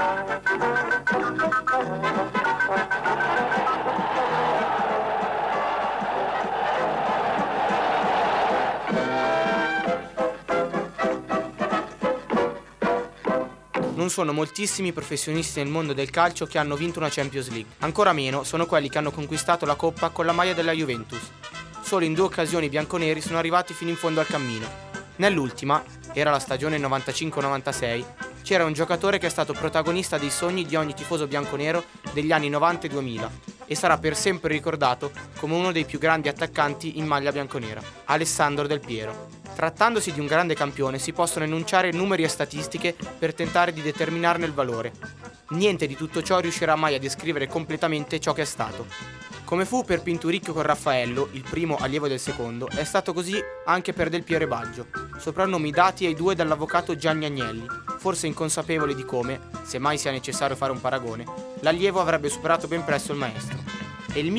Non sono moltissimi i professionisti nel mondo del calcio che hanno vinto una Champions League. Ancora meno sono quelli che hanno conquistato la Coppa con la maglia della Juventus. Solo in 2 occasioni i bianconeri sono arrivati fino in fondo al cammino. Nell'ultima, era la stagione 95-96, c'era un giocatore che è stato protagonista dei sogni di ogni tifoso bianconero degli anni 90 e 2000 e sarà per sempre ricordato come uno dei più grandi attaccanti in maglia bianconera, Alessandro Del Piero. Trattandosi di un grande campione si possono enunciare numeri e statistiche per tentare di determinarne il valore. Niente di tutto ciò riuscirà mai a descrivere completamente ciò che è stato. Come fu per Pinturicchio con Raffaello, il primo allievo del secondo, è stato così anche per Del Piero e Baggio, soprannomi dati ai due dall'avvocato Gianni Agnelli, forse inconsapevole di come, se mai sia necessario fare un paragone, l'allievo avrebbe superato ben presto il maestro. E il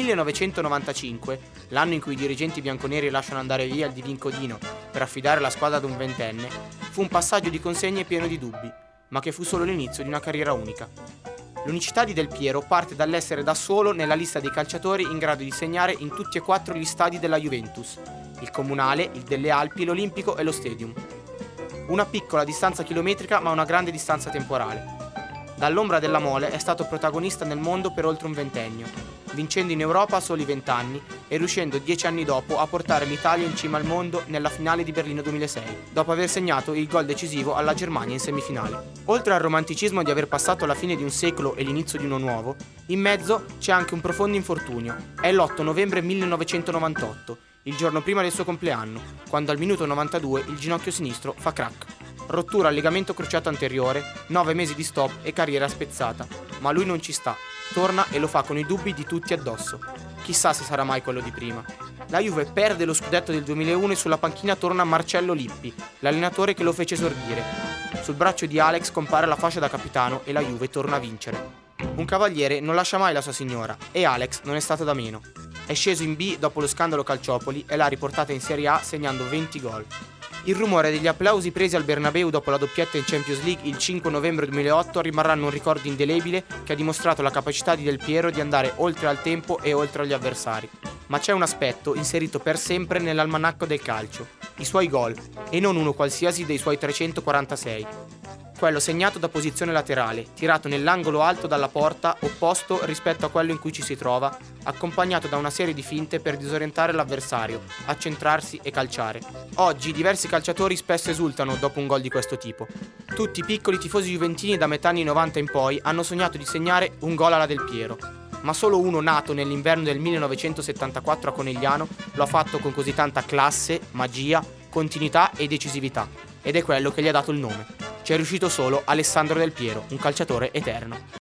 1995, l'anno in cui i dirigenti bianconeri lasciano andare via il Divin Codino per affidare la squadra ad un ventenne, fu un passaggio di consegne pieno di dubbi, ma che fu solo l'inizio di una carriera unica. L'unicità di Del Piero parte dall'essere da solo nella lista dei calciatori in grado di segnare in tutti e 4 gli stadi della Juventus, il Comunale, il delle Alpi, l'Olimpico e lo Stadium. Una piccola distanza chilometrica ma una grande distanza temporale. Dall'ombra della Mole è stato protagonista nel mondo per oltre un ventennio, vincendo in Europa a soli 20 anni e riuscendo 10 anni dopo a portare l'Italia in cima al mondo nella finale di Berlino 2006, dopo aver segnato il gol decisivo alla Germania in semifinale. Oltre al romanticismo di aver passato la fine di un secolo e l'inizio di uno nuovo, in mezzo c'è anche un profondo infortunio. È l'8 novembre 1998, il giorno prima del suo compleanno, quando al minuto 92 il ginocchio sinistro fa crack. Rottura al legamento crociato anteriore, 9 mesi di stop e carriera spezzata. Ma lui non ci sta, torna e lo fa con i dubbi di tutti addosso. Chissà se sarà mai quello di prima. La Juve perde lo scudetto del 2001 e sulla panchina torna Marcello Lippi, l'allenatore che lo fece esordire. Sul braccio di Alex compare la fascia da capitano e la Juve torna a vincere. Un cavaliere non lascia mai la sua signora e Alex non è stato da meno. È sceso in B dopo lo scandalo Calciopoli e l'ha riportata in Serie A segnando 20 gol. Il rumore degli applausi presi al Bernabeu dopo la doppietta in Champions League il 5 novembre 2008 rimarranno un ricordo indelebile che ha dimostrato la capacità di Del Piero di andare oltre al tempo e oltre agli avversari. Ma c'è un aspetto inserito per sempre nell'almanacco del calcio, i suoi gol, e non uno qualsiasi dei suoi 346. Quello segnato da posizione laterale, tirato nell'angolo alto dalla porta, opposto rispetto a quello in cui ci si trova, accompagnato da una serie di finte per disorientare l'avversario, accentrarsi e calciare. Oggi diversi calciatori spesso esultano dopo un gol di questo tipo. Tutti i piccoli tifosi juventini da metà anni 90 in poi hanno sognato di segnare un gol alla Del Piero, ma solo uno nato nell'inverno del 1974 a Conegliano lo ha fatto con così tanta classe, magia, continuità e decisività, ed è quello che gli ha dato il nome. Ci è riuscito solo Alessandro Del Piero, un calciatore eterno.